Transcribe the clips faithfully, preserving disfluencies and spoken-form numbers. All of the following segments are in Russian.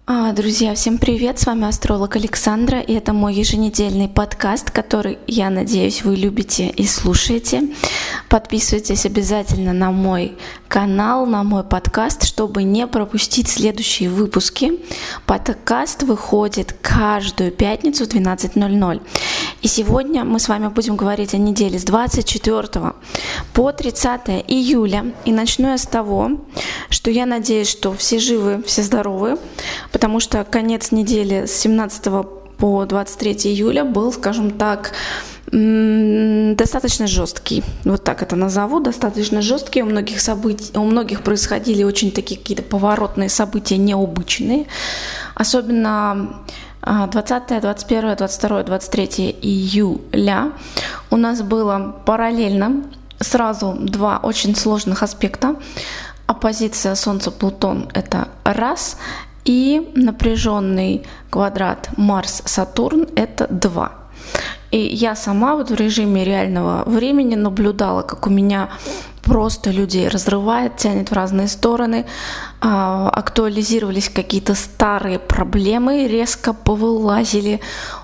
А, Друзья, всем привет! С вами астролог Александра, и это мой еженедельный подкаст, который, я надеюсь, вы любите и слушаете. Подписывайтесь обязательно на мой канал, на мой подкаст, чтобы не пропустить следующие выпуски. Подкаст выходит каждую пятницу в двенадцать ноль ноль. И сегодня мы с вами будем говорить о неделе с двадцать четвёртого по тридцатое июля. И начну я с того, что я надеюсь, что все живы, все здоровы, потому что конец недели с семнадцатого по двадцать третье июля был, скажем так, достаточно жесткий. Вот так это назову, достаточно жесткий. У многих событий, у многих происходили очень такие какие-то поворотные события, необычные. Особенно двадцатое, двадцать первое, двадцать второе, двадцать третье июля у нас было параллельно сразу два очень сложных аспекта. Оппозиция Солнце-Плутон — это раз, и напряженный квадрат Марс-Сатурн — это два. И я сама вот в режиме реального времени наблюдала, как у меня просто людей разрывает, тянет в разные стороны, актуализировались какие-то старые проблемы, резко повылазили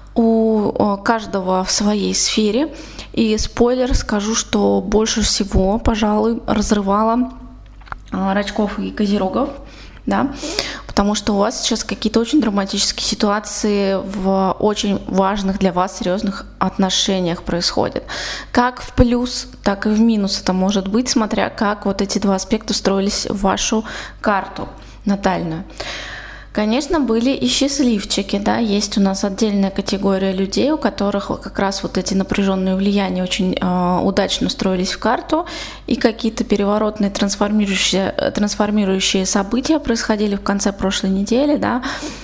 у каждого в своей сфере. И спойлер, скажу, что больше всего, пожалуй, разрывала Рачков и Козерогов, да, потому что у вас сейчас какие-то очень драматические ситуации в очень важных для вас серьезных отношениях происходят. Как в плюс, так и в минус это может быть, смотря как вот эти два аспекта встроились в вашу карту натальную. Конечно, были и счастливчики, да, есть у нас отдельная категория людей, у которых как раз вот эти напряженные влияния очень э, удачно встроились в карту, и какие-то переворотные трансформирующие, трансформирующие события происходили в конце прошлой недели, да,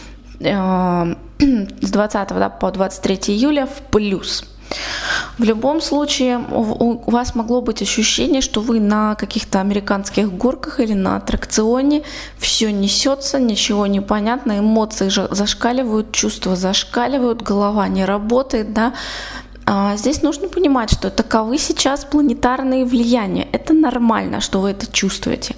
э, с двадцатого да, по двадцать третье июля в плюс. В любом случае у вас могло быть ощущение, что вы на каких-то американских горках или на аттракционе, все несется, ничего не понятно, эмоции же зашкаливают, чувства зашкаливают, голова не работает, да. А здесь нужно понимать, что таковы сейчас планетарные влияния. Это нормально, что вы это чувствуете.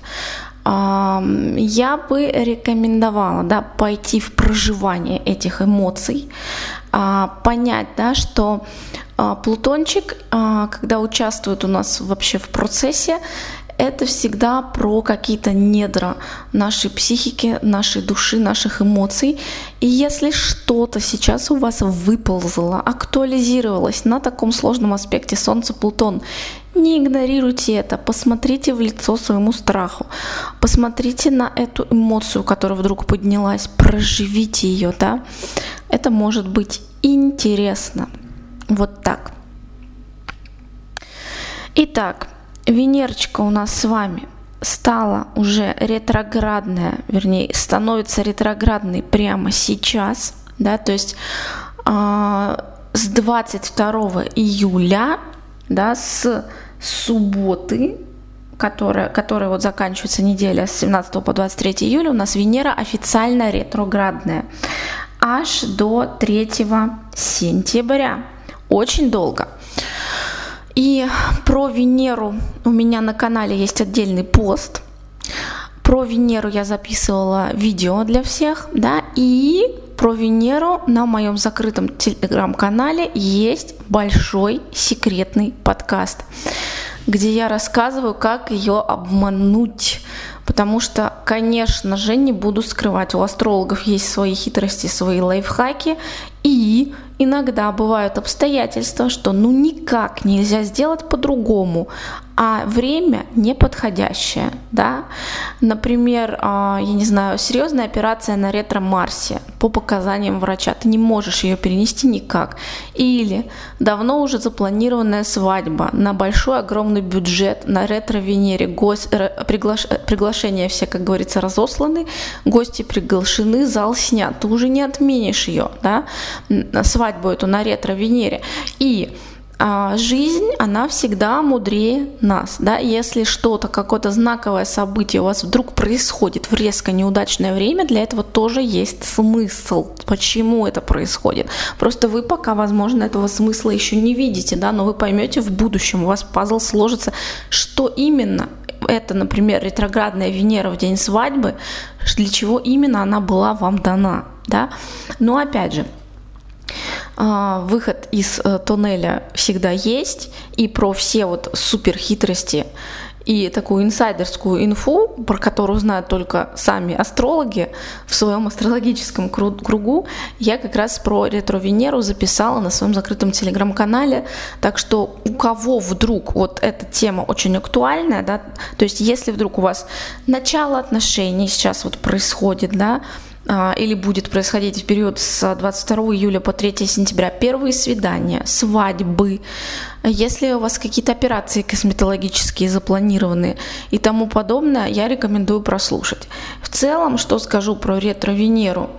Я бы рекомендовала, да, пойти в проживание этих эмоций, понять, да, что Плутончик, когда участвует у нас вообще в процессе, это всегда про какие-то недра нашей психики, нашей души, наших эмоций. И если что-то сейчас у вас выползло, актуализировалось на таком сложном аспекте Солнце-Плутон, не игнорируйте это, посмотрите в лицо своему страху, посмотрите на эту эмоцию, которая вдруг поднялась, проживите ее, да. Это может быть интересно. Вот так. Итак, Венерочка у нас с вами стала уже ретроградная, вернее, становится ретроградной прямо сейчас, да, то есть э, с двадцать второго июля, да, с субботы, которая, которая вот заканчивается неделя с семнадцатого по двадцать третье июля, у нас Венера официально ретроградная аж до третьего сентября. Очень долго. И про Венеру у меня на канале есть отдельный пост. Про Венеру я записывала видео для всех, да, и про Венеру на моем закрытом телеграм-канале есть большой секретный подкаст, где я рассказываю, как ее обмануть. Потому что, конечно же, не буду скрывать, у астрологов есть свои хитрости, свои лайфхаки, и иногда бывают обстоятельства, что ну никак нельзя сделать по-другому, а время неподходящее, да. Например, я не знаю, серьезная операция на ретро-Марсе по показаниям врача, ты не можешь ее перенести никак. Или давно уже запланированная свадьба на большой огромный бюджет на ретро-Венере, гость, приглаш, приглашения все, как говорится, разосланы, гости приглашены, зал снят, ты уже не отменишь ее, да, свадьбу эту на ретро-Венере. И жизнь, она всегда мудрее нас, да, если что-то, какое-то знаковое событие у вас вдруг происходит в резко неудачное время, для этого тоже есть смысл, почему это происходит. Просто вы пока, возможно, этого смысла еще не видите, да, но вы поймете в будущем, у вас пазл сложится, что именно это, например, ретроградная Венера в день свадьбы, для чего именно она была вам дана, да. Но опять же, выход из туннеля всегда есть, и про все вот супер хитрости и такую инсайдерскую инфу, про которую знают только сами астрологи в своем астрологическом кругу, я как раз про ретро-Венеру записала на своем закрытом телеграм-канале, так что у кого вдруг вот эта тема очень актуальная, да, то есть если вдруг у вас начало отношений сейчас вот происходит, да, или будет происходить в период с двадцать второго июля по третьего сентября, первые свидания, свадьбы, если у вас какие-то операции косметологические запланированы и тому подобное, я рекомендую прослушать. В целом, что скажу про ретро-Венеру?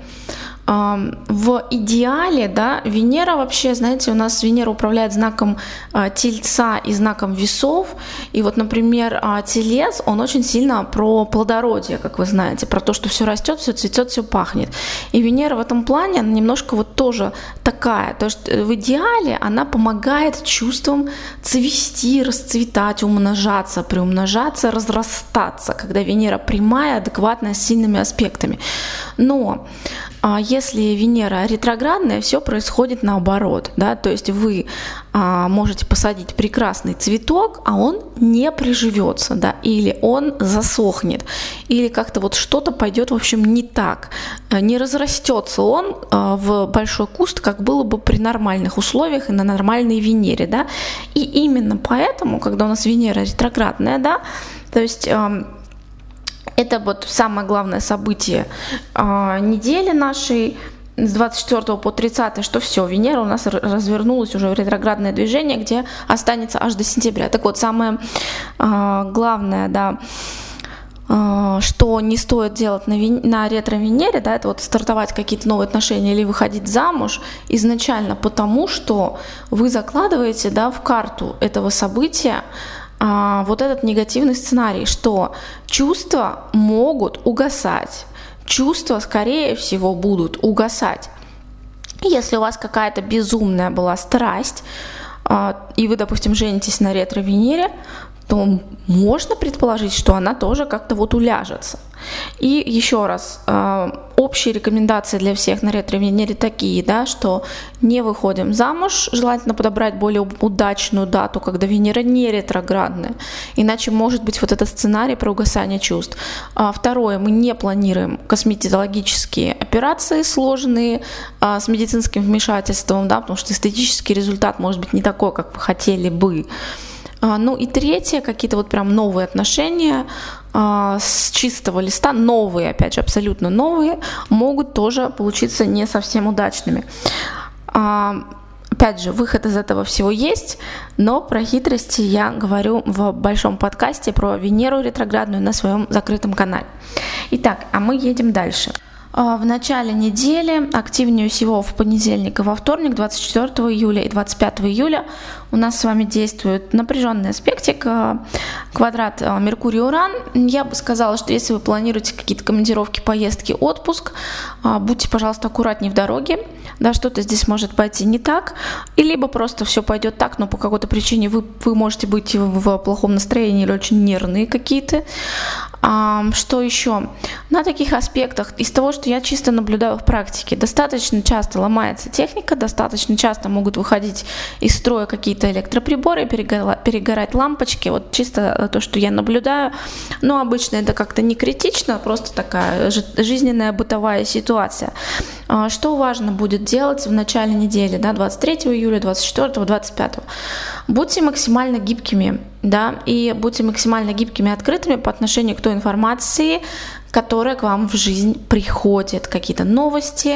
В идеале, да, Венера вообще, знаете, у нас Венера управляет знаком а, Тельца и знаком Весов, и вот, например, а, Телец, он очень сильно про плодородие, как вы знаете, про то, что все растет, все цветет, все пахнет. И Венера в этом плане, она немножко вот тоже такая, то есть в идеале она помогает чувствам цвести, расцветать, умножаться, приумножаться, разрастаться, когда Венера прямая, адекватная, с сильными аспектами. Но если Венера ретроградная, все происходит наоборот, да, то есть вы а, можете посадить прекрасный цветок, а он не приживется, да, или он засохнет, или как-то вот что-то пойдет, в общем, не так, не разрастется он а, в большой куст, как было бы при нормальных условиях и на нормальной Венере, да, и именно поэтому, когда у нас Венера ретроградная, да, то есть а, это вот самое главное событие э, недели нашей с двадцать четвёртого по тридцатое, что все, Венера у нас развернулась уже в ретроградное движение, где останется аж до сентября. Так вот, самое э, главное, да, э, что не стоит делать на, Вен... на ретро-Венере, да, это вот стартовать какие-то новые отношения или выходить замуж изначально, потому что вы закладываете, да, в карту этого события вот этот негативный сценарий, что чувства могут угасать, чувства, скорее всего, будут угасать. Если у вас какая-то безумная была страсть, и вы, допустим, женитесь на ретро-Венере, то можно предположить, что она тоже как-то вот уляжется. И еще раз, э, общие рекомендации для всех на ретро-Венере такие, да, что не выходим замуж, желательно подобрать более удачную дату, когда Венера не ретроградная, иначе может быть вот этот сценарий про угасание чувств. А второе, мы не планируем косметологические операции сложные а, с медицинским вмешательством, да, потому что эстетический результат может быть не такой, как вы хотели бы. Ну и третье, какие-то вот прям новые отношения а, с чистого листа, новые, опять же, абсолютно новые, могут тоже получиться не совсем удачными. А, опять же, выход из этого всего есть, но про хитрости я говорю в большом подкасте про Венеру ретроградную на своем закрытом канале. Итак, а мы едем дальше. В начале недели, активнее всего в понедельник и во вторник, двадцать четвёртого июля и двадцать пятого июля, у нас с вами действует напряженный аспектик, квадрат Меркурий-Уран. Я бы сказала, что если вы планируете какие-то командировки, поездки, отпуск, будьте, пожалуйста, аккуратнее в дороге, да, что-то здесь может пойти не так, и либо просто все пойдет так, но по какой-то причине вы, вы можете быть в плохом настроении или очень нервные какие-то. А, что еще? На таких аспектах, из того, что я чисто наблюдаю в практике, достаточно часто ломается техника, достаточно часто могут выходить из строя какие-то электроприборы, перегорать лампочки, вот чисто то, что я наблюдаю, но обычно это как-то не критично, просто такая жизненная бытовая ситуация. А, что важно будет делать в начале недели, да, двадцать третьего июля, двадцать четвёртого, двадцать пятого? Будьте максимально гибкими, да, и будьте максимально гибкими и открытыми по отношению к той информации, которая к вам в жизнь приходит, какие-то новости,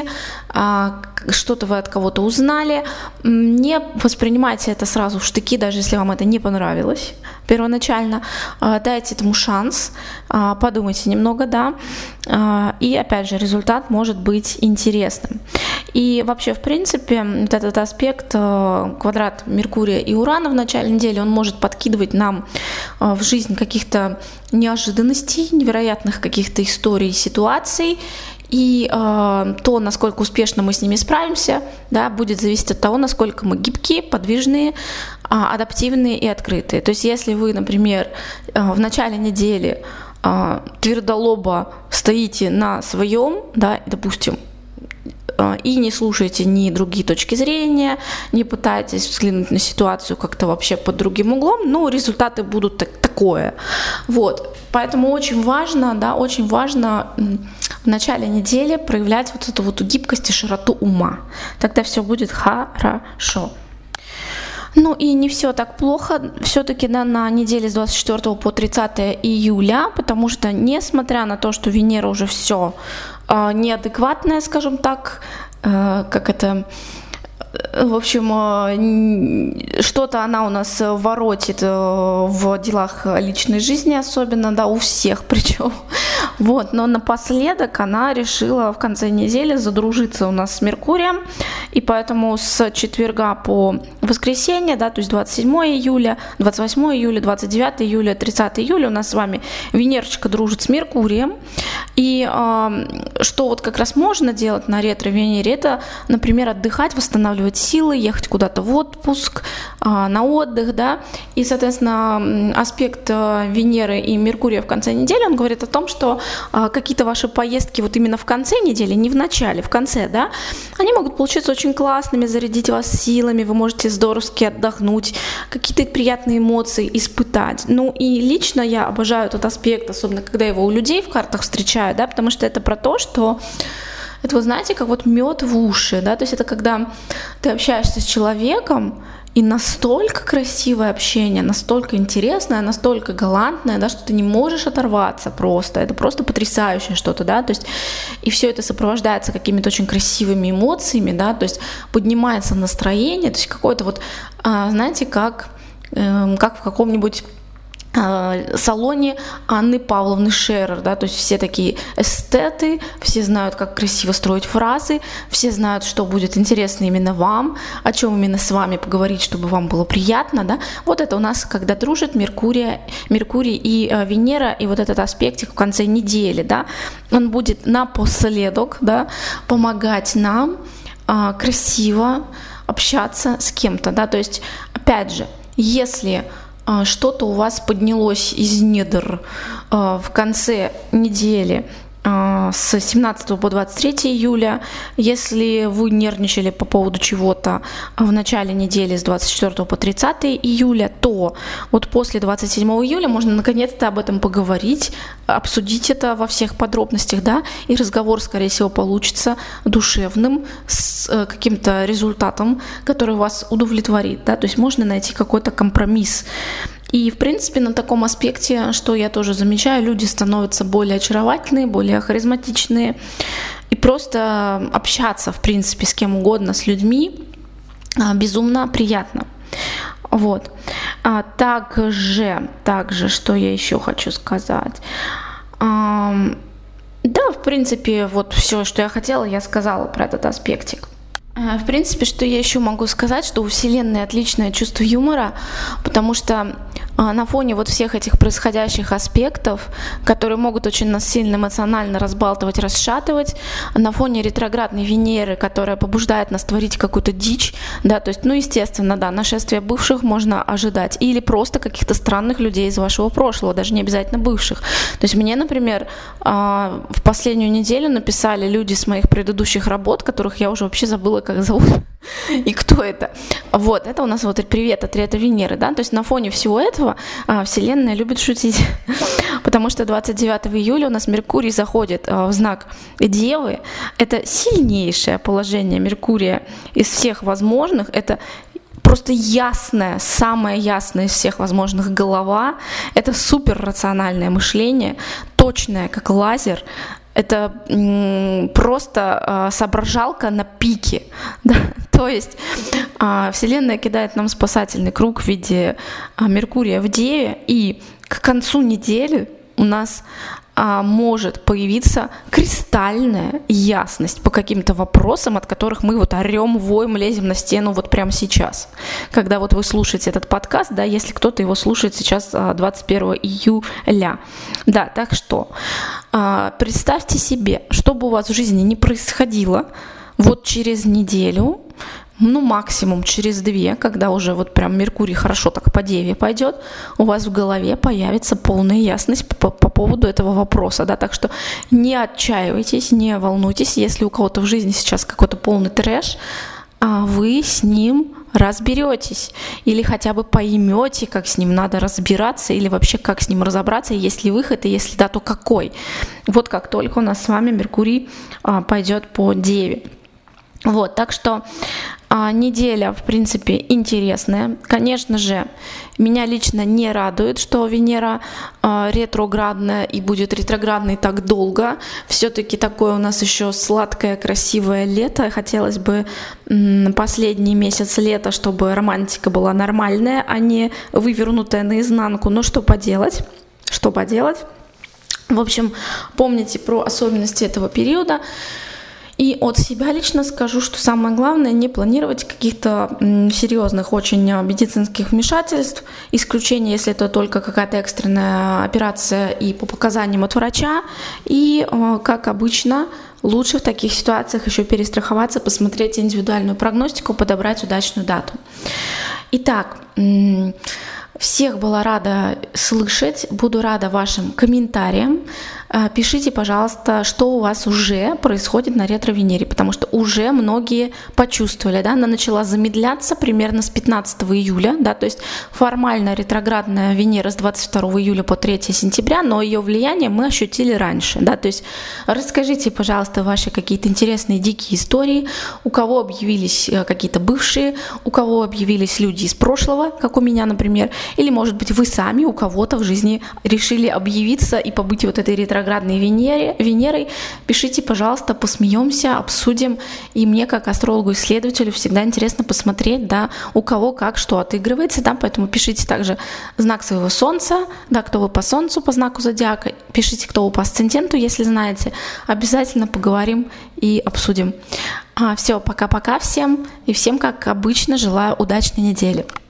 что-то вы от кого-то узнали. Не воспринимайте это сразу в штыки, даже если вам это не понравилось первоначально. Дайте этому шанс, подумайте немного, да, и опять же результат может быть интересным. И вообще, в принципе, вот этот аспект, квадрат Меркурия и Урана в начале недели, он может подкидывать нам в жизнь каких-то неожиданностей, невероятных каких-то историй, ситуаций. И э, то, насколько успешно мы с ними справимся, да, будет зависеть от того, насколько мы гибкие, подвижные, э, адаптивные и открытые. То есть если вы, например, э, в начале недели э, твердолобо стоите на своем, да, допустим, э, и не слушаете ни другие точки зрения, не пытаетесь взглянуть на ситуацию как-то вообще под другим углом, ну, результаты будут так, такое. Вот. Поэтому очень важно, да, очень важно в начале недели проявлять вот эту вот гибкость и широту ума. Тогда все будет хорошо. Ну и не все так плохо, все-таки да, на неделе с двадцать четвёртого по тридцатое июля, потому что несмотря на то, что Венера уже все э, неадекватная, скажем так, э, как это... В общем, что-то она у нас воротит в делах личной жизни, особенно, да, у всех причем. Вот, но напоследок она решила в конце недели задружиться у нас с Меркурием, и поэтому с четверга по воскресенье, да, то есть двадцать седьмое июля, двадцать восьмое июля, двадцать девятое июля, тридцатое июля у нас с вами Венерочка дружит с Меркурием. И э, что вот как раз можно делать на ретро-Венере, это, например, отдыхать, восстанавливать силы, ехать куда-то в отпуск, э, на отдых, да, и, соответственно, аспект э, Венеры и Меркурия в конце недели, он говорит о том, что э, какие-то ваши поездки вот именно в конце недели, не в начале, в конце, да, они могут получиться очень классными, зарядить вас силами, вы можете здоровски отдохнуть, какие-то приятные эмоции испытать. Ну и лично я обожаю этот аспект, особенно когда его у людей в картах встречаю, да, потому что это про то, что это, вы знаете, как вот мед в уши, да, то есть это когда ты общаешься с человеком, и настолько красивое общение, настолько интересное, настолько галантное, да, что ты не можешь оторваться просто, это просто потрясающее что-то, да, то есть и все это сопровождается какими-то очень красивыми эмоциями, да, то есть поднимается настроение, то есть какое-то вот, знаете, как, как в каком-нибудь салоне Анны Павловны Шерер, да, то есть все такие эстеты, все знают, как красиво строить фразы, все знают, что будет интересно именно вам, о чем именно с вами поговорить, чтобы вам было приятно, да. Вот это у нас, когда дружит Меркурий, Меркурий и э, Венера, и вот этот аспектик в конце недели, да, он будет напоследок, да, помогать нам э, красиво общаться с кем-то, да, то есть, опять же, если что-то у вас поднялось из недр в конце недели с семнадцатого по двадцать третье июля. Если вы нервничали по поводу чего-то в начале недели с двадцать четвёртого по тридцатое июля, то вот после двадцать седьмого июля можно наконец-то об этом поговорить, обсудить это во всех подробностях, да, и разговор, скорее всего, получится душевным, с каким-то результатом, который вас удовлетворит, да, то есть можно найти какой-то компромисс. И, в принципе, на таком аспекте, что я тоже замечаю, люди становятся более очаровательные, более харизматичные. И просто общаться, в принципе, с кем угодно, с людьми безумно приятно. Вот. А также, также, что я еще хочу сказать. А, да, в принципе, вот все, что я хотела, я сказала про этот аспектик. В принципе, что я еще могу сказать, что у Вселенной отличное чувство юмора, потому что на фоне вот всех этих происходящих аспектов, которые могут очень нас сильно эмоционально разбалтывать, расшатывать, на фоне ретроградной Венеры, которая побуждает нас творить какую-то дичь, да, то есть, ну, естественно, да, нашествие бывших можно ожидать, или просто каких-то странных людей из вашего прошлого, даже не обязательно бывших. То есть мне, например, в последнюю неделю написали люди с моих предыдущих работ, которых я уже вообще забыла, как зовут и кто это. Вот, это у нас вот привет от Ретро Венеры, да, то есть на фоне всего этого а, Вселенная любит шутить, потому что двадцать девятого июля у нас Меркурий заходит а, в знак Девы. Это сильнейшее положение Меркурия из всех возможных, это просто ясная, самая ясная из всех возможных голова, это суперрациональное мышление, точное, как лазер. Это м, просто э, соображалка на пике, да? То есть э, Вселенная кидает нам спасательный круг в виде э, Меркурия в Деве, и к концу недели у нас а, может появиться кристальная ясность по каким-то вопросам, от которых мы вот орем, воем, лезем на стену вот прямо сейчас. Когда вот вы слушаете этот подкаст, да, если кто-то его слушает сейчас двадцать первого июля. Да, так что а, представьте себе, что бы у вас в жизни не происходило, вот через неделю, ну максимум через две, когда уже вот прям Меркурий хорошо так по Деве пойдет, у вас в голове появится полная ясность по, по поводу этого вопроса, да, так что не отчаивайтесь, не волнуйтесь, если у кого-то в жизни сейчас какой-то полный трэш, а вы с ним разберетесь или хотя бы поймете, как с ним надо разбираться или вообще как с ним разобраться, есть ли выход, и если да, то какой. Вот как только у нас с вами Меркурий а, пойдет по Деве. Вот, так что а, неделя, в принципе, интересная. Конечно же, меня лично не радует, что Венера а, ретроградная и будет ретроградной так долго. Все-таки такое у нас еще сладкое, красивое лето. Хотелось бы м, последний месяц лета, чтобы романтика была нормальная, а не вывернутая наизнанку. Но что поделать? Что поделать? В общем, помните про особенности этого периода. И от себя лично скажу, что самое главное не планировать каких-то серьезных очень медицинских вмешательств, исключение, если это только какая-то экстренная операция и по показаниям от врача. И, как обычно, лучше в таких ситуациях еще перестраховаться, посмотреть индивидуальную прогностику, подобрать удачную дату. Итак, всех была рада слышать, буду рада вашим комментариям. Пишите, пожалуйста, что у вас уже происходит на ретро-Венере, потому что уже многие почувствовали, да, она начала замедляться примерно с пятнадцатого июля, да, то есть формально ретроградная Венера с двадцать второго июля по третьего сентября, но ее влияние мы ощутили раньше, да, то есть расскажите, пожалуйста, ваши какие-то интересные дикие истории, у кого объявились какие-то бывшие, у кого объявились люди из прошлого, как у меня, например, или, может быть, вы сами у кого-то в жизни решили объявиться и побыть вот этой ретроградной Венере, Венерой. Пишите, пожалуйста, посмеемся, обсудим. И мне, как астрологу-исследователю, всегда интересно посмотреть, да, у кого как что отыгрывается, да, поэтому пишите также знак своего Солнца, да, кто вы по Солнцу, по знаку зодиака, пишите, кто вы по асценденту, если знаете. Обязательно поговорим и обсудим. А, все, пока-пока всем, и всем, как обычно, желаю удачной недели.